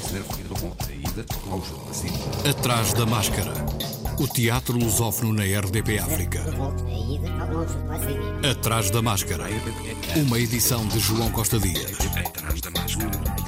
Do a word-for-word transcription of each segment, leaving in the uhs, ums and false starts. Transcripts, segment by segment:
Atrás da máscara. O teatro lusófono na R D P África. Atrás da máscara. Uma edição de João Costa Dias. Atrás da máscara.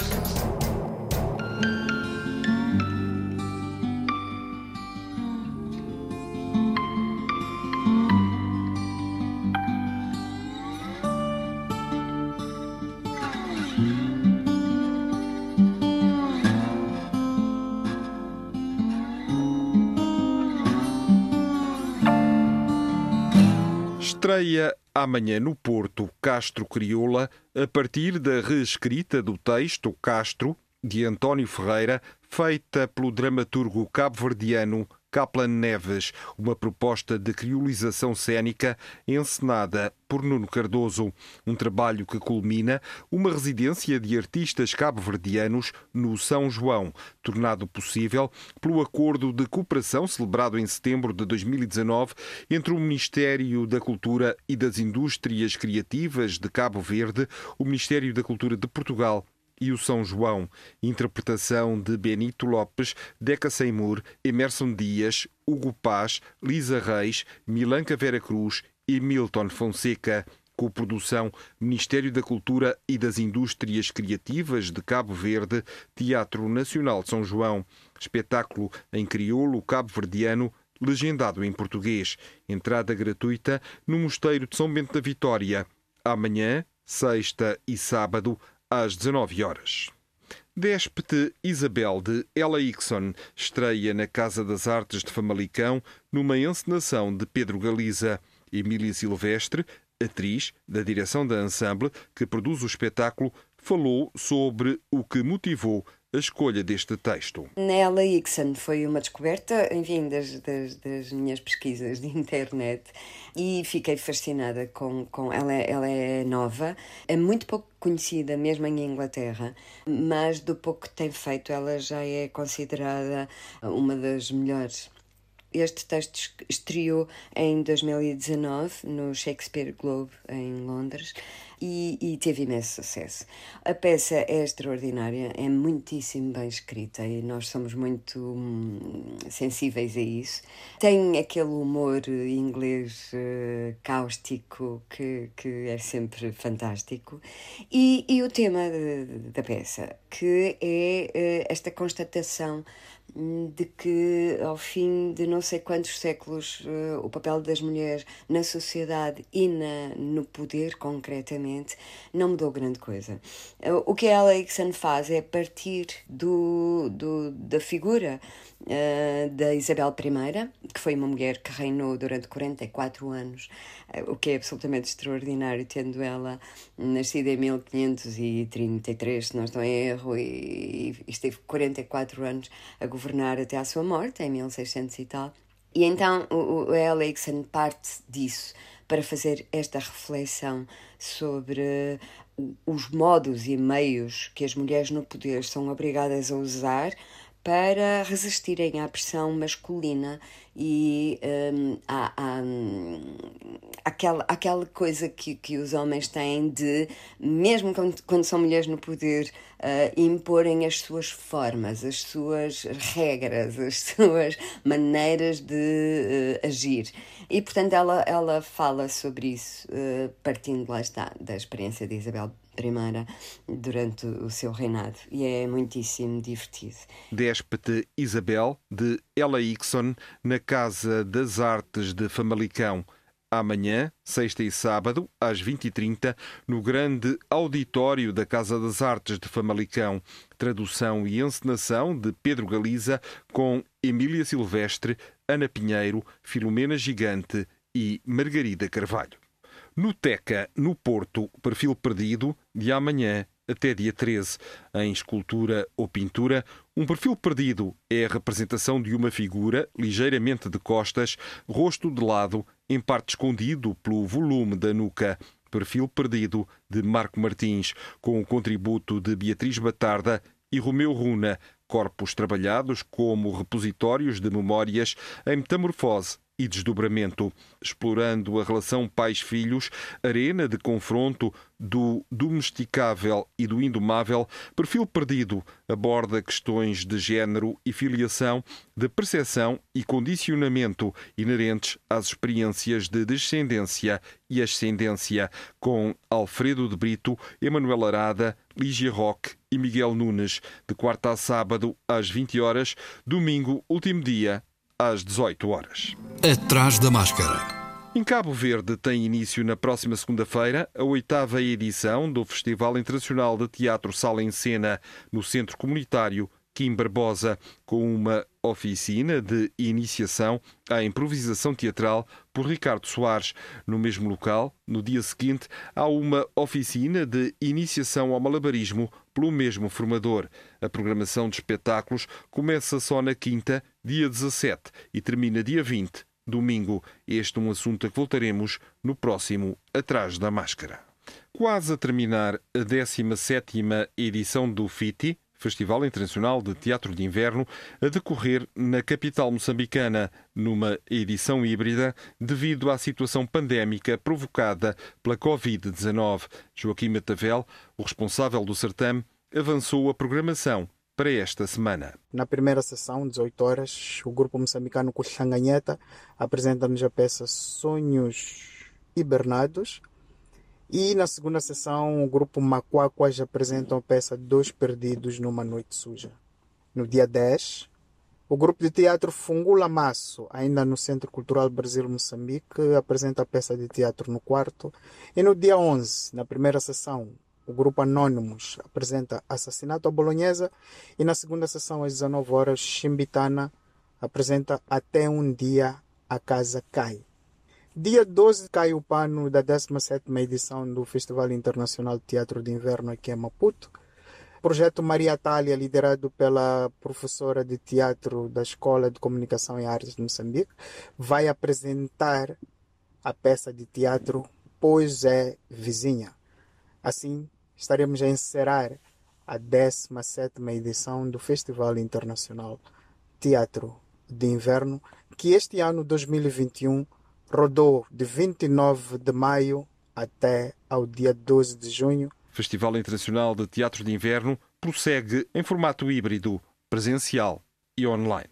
Estreia amanhã no Porto Castro Crioula, a partir da reescrita do texto Castro, de António Ferreira, feita pelo dramaturgo cabo-verdiano Kaplan Neves, uma proposta de criolização cênica encenada por Nuno Cardoso, um trabalho que culmina uma residência de artistas cabo-verdianos no São João, tornado possível pelo acordo de cooperação celebrado em setembro de dois mil e dezanove entre o Ministério da Cultura e das Indústrias Criativas de Cabo Verde, o Ministério da Cultura de Portugal e o São João. Interpretação de Benito Lopes, Deca Seymour, Emerson Dias, Hugo Paz, Lisa Reis, Milanca Vera Cruz e Milton Fonseca. Coprodução Ministério da Cultura e das Indústrias Criativas de Cabo Verde, Teatro Nacional de São João. Espetáculo em crioulo cabo-verdiano, legendado em português. Entrada gratuita no Mosteiro de São Bento da Vitória. Amanhã, sexta e sábado, às dezanove horas. Déspete Isabel, de Ella Hickson, estreia na Casa das Artes de Famalicão, numa encenação de Pedro Galiza. Emília Silvestre, atriz da direção da ensemble que produz o espetáculo, falou sobre o que motivou a escolha deste texto. Ella Hickson foi uma descoberta, enfim, das, das, das minhas pesquisas de internet, e fiquei fascinada com, com ela. Ela é nova, é muito pouco conhecida mesmo em Inglaterra, mas do pouco que tem feito ela já é considerada uma das melhores. Este texto estreou em dois mil e dezanove no Shakespeare Globe em Londres e, e teve imenso sucesso. A peça é extraordinária, é muitíssimo bem escrita e nós somos muito hum, sensíveis a isso. Tem aquele humor inglês uh, cáustico que, que é sempre fantástico. E, e o tema de, da peça, que é uh, esta constatação de que ao fim de não sei quantos séculos uh, o papel das mulheres na sociedade e na, no poder concretamente não mudou grande coisa. Uh, o que a Ella Hickson faz é partir do, do, da figura uh, da Isabel I, que foi uma mulher que reinou durante quarenta e quatro anos, uh, o que é absolutamente extraordinário, tendo ela nascido em mil quinhentos e trinta e três, se não estou em erro, e, e esteve quarenta e quatro anos a governar até à sua morte, em mil e seiscentos e tal. E então o, o Ella Hickson parte disso para fazer esta reflexão sobre os modos e meios que as mulheres no poder são obrigadas a usar para resistirem à pressão masculina e um, à, à, àquela, àquela coisa que, que os homens têm de, mesmo quando, quando são mulheres no poder, uh, imporem as suas formas, as suas regras, as suas maneiras de uh, agir. E, portanto, ela, ela fala sobre isso, uh, partindo, lá está, da experiência de Isabel I durante o seu reinado, e é muitíssimo divertido. Déspete Isabel, de Ella Hickson, na Casa das Artes de Famalicão. Amanhã, sexta e sábado, às vinte e trinta, no grande auditório da Casa das Artes de Famalicão. Tradução e encenação de Pedro Galiza, com Emília Silvestre, Ana Pinheiro, Filomena Gigante e Margarida Carvalho. No Teca, no Porto, Perfil Perdido, de amanhã até dia treze. Em escultura ou pintura, um perfil perdido é a representação de uma figura ligeiramente de costas, rosto de lado, em parte escondido pelo volume da nuca. Perfil Perdido, de Marco Martins, com o contributo de Beatriz Batarda e Romeu Runa. Corpos trabalhados como repositórios de memórias em metamorfose e desdobramento, explorando a relação pais-filhos, arena de confronto do domesticável e do indomável. Perfil Perdido aborda questões de género e filiação, de percepção e condicionamento inerentes às experiências de descendência e ascendência, com Alfredo de Brito, Emanuel Arada, Lígia Roque e Miguel Nunes, de quarta a sábado às vinte horas, domingo, último dia, às dezoito horas. Atrás da Máscara. Em Cabo Verde tem início na próxima segunda-feira a oitava edição do Festival Internacional de Teatro Sala em Cena no Centro Comunitário Kim Barbosa, com uma oficina de iniciação à improvisação teatral por Ricardo Soares. No mesmo local, no dia seguinte, há uma oficina de iniciação ao malabarismo pelo mesmo formador. A programação de espetáculos começa só na quinta, dia dezassete, e termina dia vinte, domingo. Este é um assunto a que voltaremos no próximo Atrás da Máscara. Quase a terminar a décima sétima edição do F I T I, Festival Internacional de Teatro de Inverno, a decorrer na capital moçambicana, numa edição híbrida, devido à situação pandémica provocada pela covid dezenove. Joaquim Matavel, o responsável do certame, avançou a programação para esta semana. Na primeira sessão, dezoito horas, o grupo moçambicano Kuxanganheta apresenta-nos a peça Sonhos Hibernados. E na segunda sessão, o grupo Macuacuas apresenta a peça Dois Perdidos numa Noite Suja. No dia dez, o grupo de teatro Fungula Maço, ainda no Centro Cultural Brasil-Moçambique, apresenta a peça de teatro no quarto. E no dia onze, na primeira sessão, o grupo Anônimos apresenta Assassinato à Bolonhesa. E na segunda sessão, às dezenove horas, Chimbitana apresenta Até um Dia a Casa Cai. Dia doze cai o pano da décima sétima edição do Festival Internacional de Teatro de Inverno aqui em Maputo. O projeto Maria Atália, liderado pela professora de teatro da Escola de Comunicação e Artes de Moçambique, vai apresentar a peça de teatro Pois é Vizinha. Assim, estaremos a encerrar a décima sétima edição do Festival Internacional de Teatro de Inverno, que este ano, dois mil e vinte e um, rodou de vinte e nove de maio até ao dia doze de junho. O Festival Internacional de Teatro de Inverno prossegue em formato híbrido, presencial e online.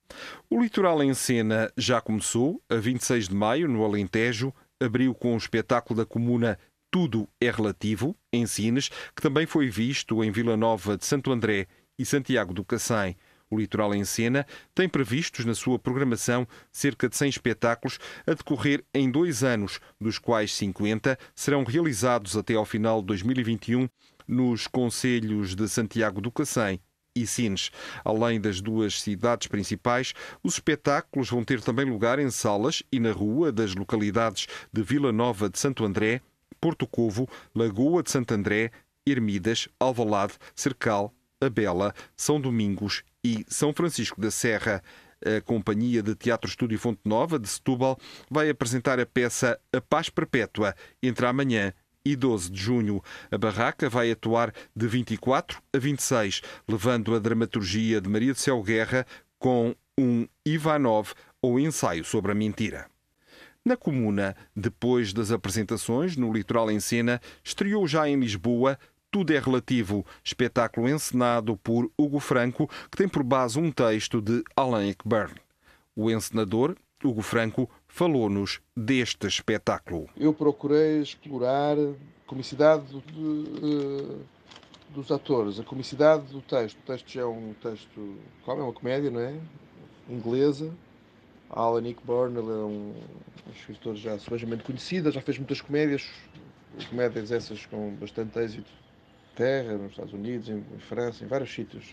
O Litoral em Cena já começou, a vinte e seis de maio, no Alentejo, abriu com o espetáculo da comuna Tudo é Relativo, em Sines, que também foi visto em Vila Nova de Santo André e Santiago do Cacém. O Litoral em Cena tem previstos na sua programação cerca de cem espetáculos a decorrer em dois anos, dos quais cinquenta serão realizados até ao final de dois mil e vinte e um nos concelhos de Santiago do Cacém e Sines. Além das duas cidades principais, os espetáculos vão ter também lugar em salas e na rua das localidades de Vila Nova de Santo André, Porto Covo, Lagoa de Santo André, Ermidas, Alvalade, Cercal, Abela, São Domingos e São Francisco da Serra. A Companhia de Teatro Estúdio Fonte Nova, de Setúbal, vai apresentar a peça A Paz Perpétua entre amanhã e doze de junho. A barraca vai atuar de vinte e quatro a vinte e seis, levando a dramaturgia de Maria do Céu Guerra com um Ivanov ou ensaio sobre a mentira. Na comuna, depois das apresentações no Litoral em Cena, estreou já em Lisboa Tudo é Relativo, espetáculo encenado por Hugo Franco, que tem por base um texto de Alain Ekburn. O encenador, Hugo Franco, falou-nos deste espetáculo. Eu procurei explorar a comicidade do, de, uh, dos atores, a comicidade do texto. O texto já é um texto, como é uma comédia, não é? Inglesa. Alan Ekburn, ele é um, um escritor já suavemente conhecido, já fez muitas comédias, comédias essas com bastante êxito. Terra, nos Estados Unidos, em França, em vários sítios.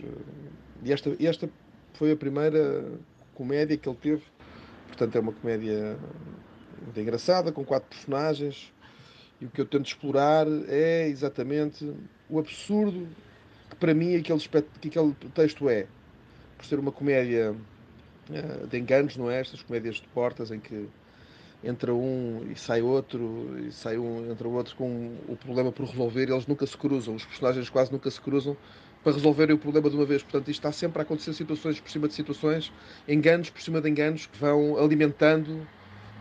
E esta, esta foi a primeira comédia que ele teve. Portanto, é uma comédia muito engraçada, com quatro personagens. E o que eu tento explorar é exatamente o absurdo que, para mim, aquele, que aquele texto é. Por ser uma comédia de enganos, não é? Estas comédias de portas em que entra um e sai outro, e sai um, entra o outro com o problema por resolver, e eles nunca se cruzam, os personagens quase nunca se cruzam para resolverem o problema de uma vez. Portanto, isto está sempre a acontecer situações por cima de situações, enganos por cima de enganos, que vão alimentando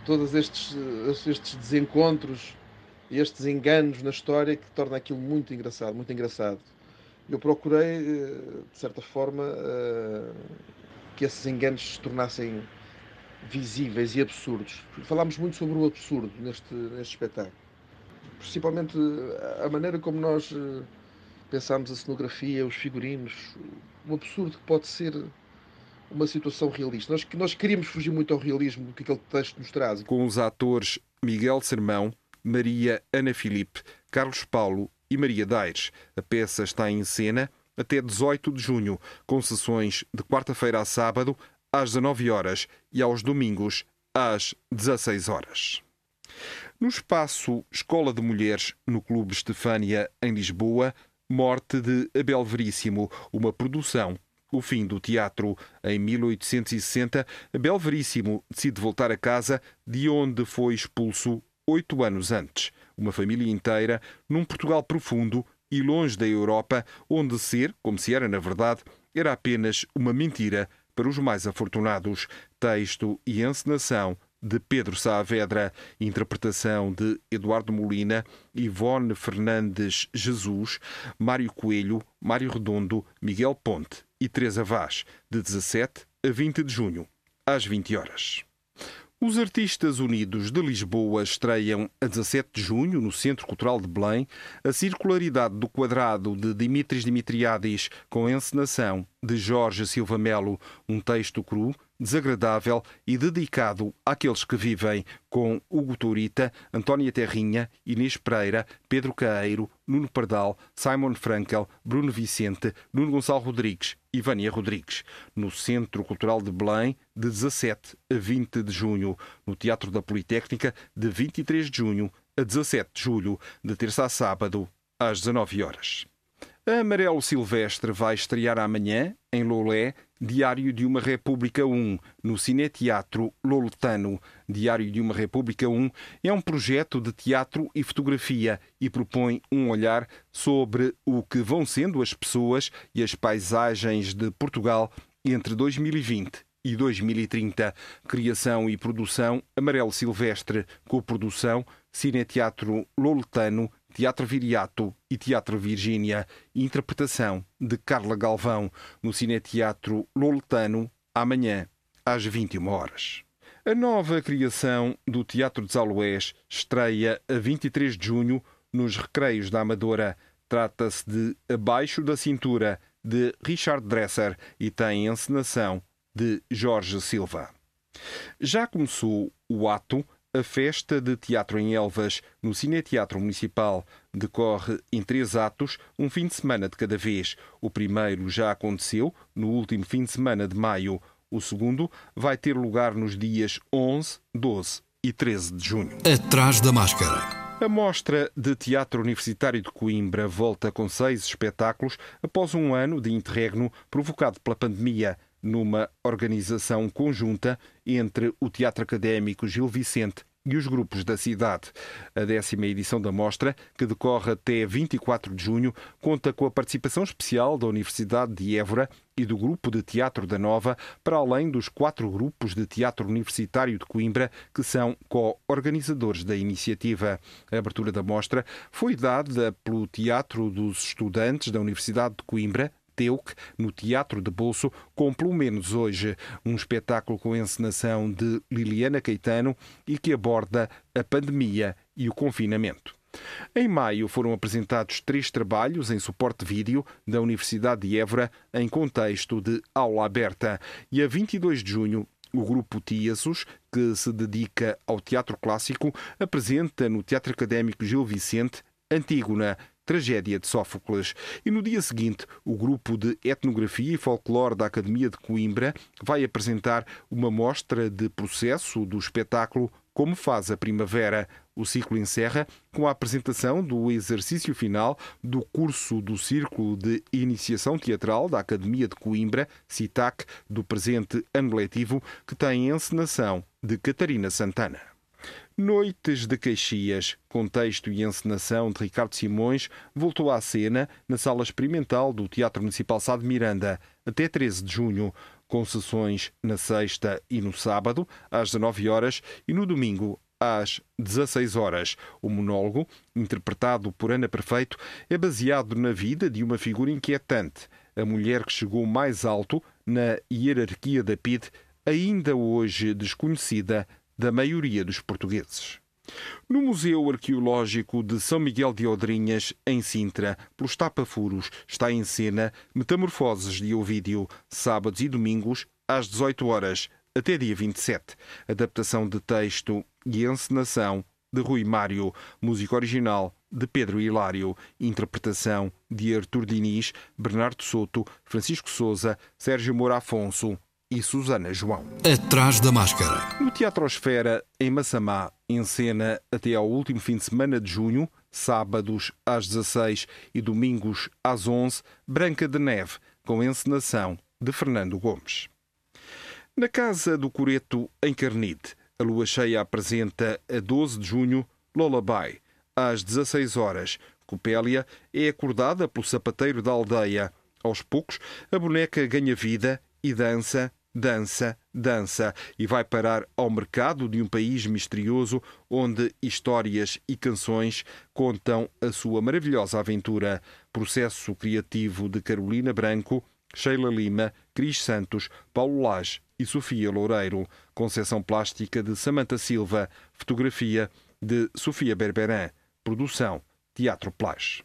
todos estes, estes desencontros, estes enganos na história que torna aquilo muito engraçado, muito engraçado. Eu procurei, de certa forma, que esses enganos se tornassem visíveis e absurdos. Falámos muito sobre o absurdo neste, neste espetáculo. Principalmente a maneira como nós pensámos a cenografia, os figurinos, o absurdo que pode ser uma situação realista. Nós, nós queríamos fugir muito ao realismo do que aquele texto nos traz. Com os atores Miguel Sermão, Maria Ana Filipe, Carlos Paulo e Maria Daires. A peça está em cena até dezoito de junho, com sessões de quarta-feira a sábado, às dezanove horas e aos domingos, às dezasseis horas. No espaço Escola de Mulheres, no Clube Estefânia, em Lisboa, Morte de Abel Veríssimo, uma produção O Fim do Teatro. Em mil oitocentos e sessenta, Abel Veríssimo decide voltar a casa de onde foi expulso oito anos antes. Uma família inteira num Portugal profundo e longe da Europa, onde ser, como se era na verdade, era apenas uma mentira para os mais afortunados. Texto e encenação de Pedro Saavedra, interpretação de Eduardo Molina, Ivone Fernandes Jesus, Mário Coelho, Mário Redondo, Miguel Ponte e Teresa Vaz, de dezassete a vinte de junho, às vinte horas. Os Artistas Unidos de Lisboa estreiam a dezassete de junho, no Centro Cultural de Belém, A Circularidade do Quadrado, de Dimitris Dimitriadis, com encenação de Jorge Silva Melo, um texto cru, desagradável e dedicado àqueles que vivem, com Hugo Tourita, Antónia Terrinha, Inês Pereira, Pedro Caeiro, Nuno Pardal, Simon Frankel, Bruno Vicente, Nuno Gonçalo Rodrigues e Vânia Rodrigues, no Centro Cultural de Belém, de dezassete a vinte de junho, no Teatro da Politécnica, de vinte e três de junho a dezassete de julho, de terça a sábado, às dezanove horas. A Amarelo Silvestre vai estrear amanhã, em Lolé, Diário de uma República um, no Cineteatro Loletano. Diário de uma República um é um projeto de teatro e fotografia e propõe um olhar sobre o que vão sendo as pessoas e as paisagens de Portugal entre dois mil e vinte e dois mil e trinta. Criação e produção Amarelo Silvestre, coprodução Cineteatro Loletano, Teatro Viriato e Teatro Virgínia. Interpretação de Carla Galvão, no Cineteatro Loletano, amanhã, às vinte e uma horas. A nova criação do Teatro dos Aloés estreia a vinte e três de junho nos Recreios da Amadora. Trata-se de Abaixo da Cintura, de Richard Dresser, e tem encenação de Jorge Silva. Já começou o ato A Festa de Teatro em Elvas, no Cineteatro Municipal. Decorre em três atos, um fim de semana de cada vez. O primeiro já aconteceu no último fim de semana de maio. O segundo vai ter lugar nos dias onze, doze e treze de junho. Atrás da Máscara. A Mostra de Teatro Universitário de Coimbra volta com seis espetáculos após um ano de interregno provocado pela pandemia, numa organização conjunta entre o Teatro Académico Gil Vicente e os grupos da cidade. A décima edição da mostra, que decorre até vinte e quatro de junho, conta com a participação especial da Universidade de Évora e do Grupo de Teatro da Nova, para além dos quatro grupos de teatro universitário de Coimbra, que são co-organizadores da iniciativa. A abertura da mostra foi dada pelo Teatro dos Estudantes da Universidade de Coimbra, T E U C, no Teatro de Bolso, com pelo menos hoje um espetáculo com encenação de Liliana Caetano e que aborda a pandemia e o confinamento. Em maio foram apresentados três trabalhos em suporte vídeo da Universidade de Évora em contexto de aula aberta. E a vinte e dois de junho, o grupo Tíasos, que se dedica ao teatro clássico, apresenta no Teatro Académico Gil Vicente Antígona, Tragédia de Sófocles. E no dia seguinte, o grupo de Etnografia e Folclore da Academia de Coimbra vai apresentar uma mostra de processo do espetáculo Como Faz a Primavera. O ciclo encerra com a apresentação do exercício final do curso do Círculo de Iniciação Teatral da Academia de Coimbra, CITAC, do presente ano letivo, que tem encenação de Catarina Santana. Noites de Caxias, com texto e encenação de Ricardo Simões, voltou à cena na Sala Experimental do Teatro Municipal Sá de Miranda, até treze de junho, com sessões na sexta e no sábado, às dezanove horas, e no domingo, às dezasseis horas. O monólogo, interpretado por Ana Perfeito, é baseado na vida de uma figura inquietante, a mulher que chegou mais alto na hierarquia da P I D, ainda hoje desconhecida da maioria dos portugueses. No Museu Arqueológico de São Miguel de Odrinhas, em Sintra, pelos Tapafuros, está em cena Metamorfoses de Ovídio, sábados e domingos, às dezoito horas, até dia vinte e sete. Adaptação de texto e encenação de Rui Mário, música original de Pedro Hilário, interpretação de Artur Diniz, Bernardo Soto, Francisco Sousa, Sérgio Moura Afonso e Susana João. Atrás da Máscara. No Teatro Esfera, em Massamá, em cena até ao último fim de semana de junho, sábados às dezasseis e domingos às onze, Branca de Neve, com encenação de Fernando Gomes. Na Casa do Coreto, em Carnide, a lua cheia apresenta a doze de junho Lullaby, às dezasseis horas. Copélia é acordada pelo sapateiro da aldeia. Aos poucos, a boneca ganha vida e dança, dança, dança e vai parar ao mercado de um país misterioso onde histórias e canções contam a sua maravilhosa aventura. Processo criativo de Carolina Branco, Sheila Lima, Cris Santos, Paulo Lage e Sofia Loureiro. Conceção plástica de Samanta Silva. Fotografia de Sofia Berberan. Produção Teatro Plage.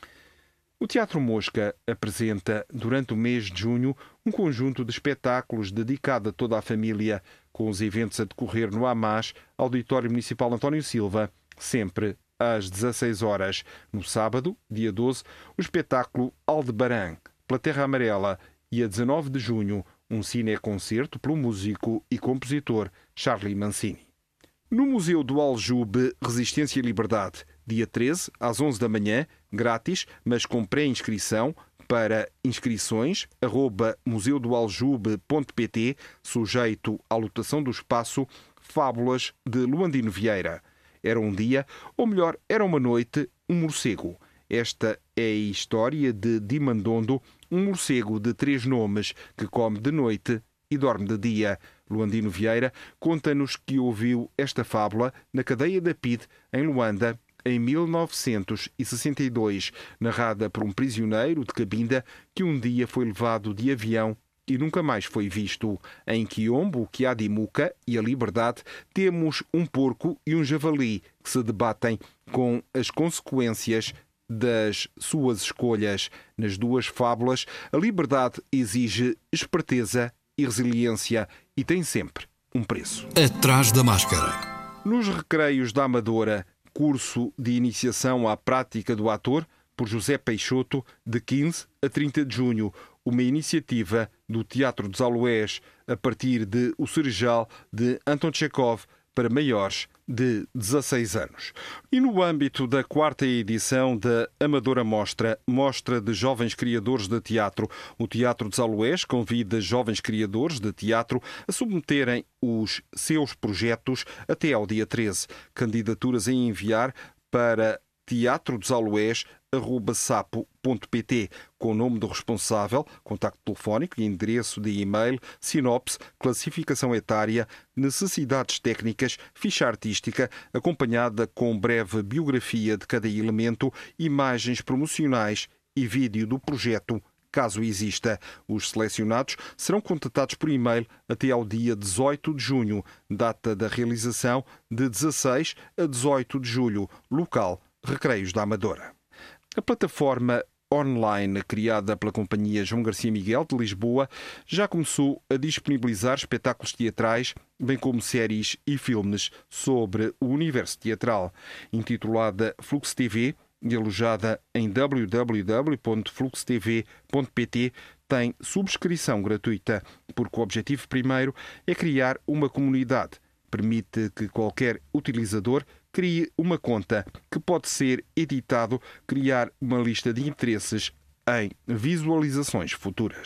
O Teatro Mosca apresenta, durante o mês de junho, um conjunto de espetáculos dedicado a toda a família, com os eventos a decorrer no AMAS, Auditório Municipal António Silva, sempre às dezasseis horas. No sábado, dia doze, o espetáculo Aldebarã, pela Terra Amarela, e a dezanove de junho, um cineconcerto pelo músico e compositor Charlie Mancini. No Museu do Aljube, Resistência e Liberdade, dia treze, às onze da manhã, grátis, mas com pré-inscrição, para inscrições, arroba museu do aljube ponto pt, sujeito à lotação do espaço Fábulas de Luandino Vieira. Era um dia, ou melhor, era uma noite, um morcego. Esta é a história de Dimandondo, um morcego de três nomes que come de noite e dorme de dia. Luandino Vieira conta-nos que ouviu esta fábula na cadeia da P I D, em Luanda, em mil novecentos e sessenta e dois, narrada por um prisioneiro de Cabinda que um dia foi levado de avião e nunca mais foi visto. Em Quiombo, Quiadimuca e a Liberdade, temos um porco e um javali que se debatem com as consequências das suas escolhas. Nas duas fábulas, a liberdade exige esperteza e resiliência e tem sempre um preço. Atrás da Máscara. Nos Recreios da Amadora, curso de iniciação à prática do ator, por José Peixoto, de quinze a trinta de junho, uma iniciativa do Teatro dos Aloés, a partir de O Cerejal, de Anton Chekhov, para maiores de dezasseis anos. E no âmbito da quarta edição da Amadora Mostra, Mostra de Jovens Criadores de Teatro, o Teatro dos Aloés convida jovens criadores de teatro a submeterem os seus projetos até ao dia treze. Candidaturas a enviar para teatro dos aloés arroba sapo ponto pt, com o nome do responsável, contacto telefónico e endereço de e-mail, sinopse, classificação etária, necessidades técnicas, ficha artística, acompanhada com breve biografia de cada elemento, imagens promocionais e vídeo do projeto, caso exista. Os selecionados serão contatados por e-mail até ao dia dezoito de junho, data da realização de dezasseis a dezoito de julho, local Recreios da Amadora. A plataforma online criada pela Companhia João Garcia Miguel de Lisboa já começou a disponibilizar espetáculos teatrais, bem como séries e filmes sobre o universo teatral. Intitulada Flux T V e alojada em w w w ponto flux t v ponto pt, tem subscrição gratuita, porque o objetivo primeiro é criar uma comunidade. Permite que qualquer utilizador crie uma conta que pode ser editado, criar uma lista de interesses em visualizações futuras.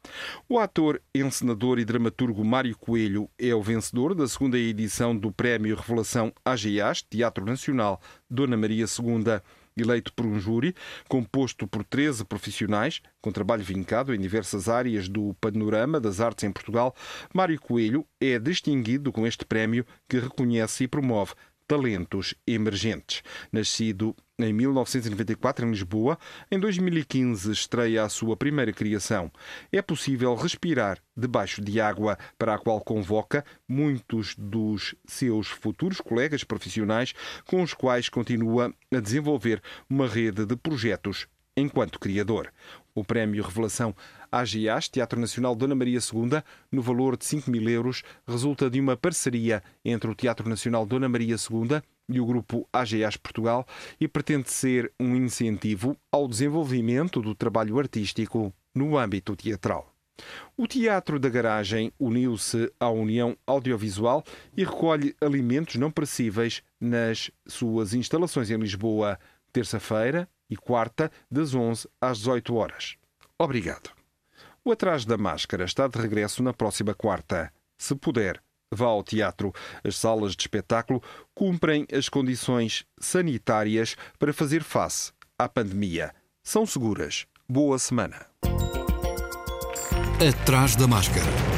O ator, encenador e dramaturgo Mário Coelho é o vencedor da segunda edição do Prémio Revelação A G A S, Teatro Nacional Dona Maria segunda. Eleito por um júri composto por treze profissionais, com trabalho vincado em diversas áreas do panorama das artes em Portugal, Mário Coelho é distinguido com este prémio que reconhece e promove talentos emergentes. Nascido em mil novecentos e noventa e quatro em Lisboa, em dois mil e quinze estreia a sua primeira criação. É possível respirar debaixo de água, para a qual convoca muitos dos seus futuros colegas profissionais, com os quais continua a desenvolver uma rede de projetos enquanto criador. O Prémio Revelação A G A S, Teatro Nacional Dona Maria segunda, no valor de cinco mil euros, resulta de uma parceria entre o Teatro Nacional Dona Maria segunda e o Grupo A G A S Portugal e pretende ser um incentivo ao desenvolvimento do trabalho artístico no âmbito teatral. O Teatro da Garagem uniu-se à União Audiovisual e recolhe alimentos não perecíveis nas suas instalações em Lisboa, terça-feira e quarta, das onze às dezoito horas. Obrigado. O Atrás da Máscara está de regresso na próxima quarta. Se puder, vá ao teatro. As salas de espetáculo cumprem as condições sanitárias para fazer face à pandemia. São seguras. Boa semana. Atrás da Máscara.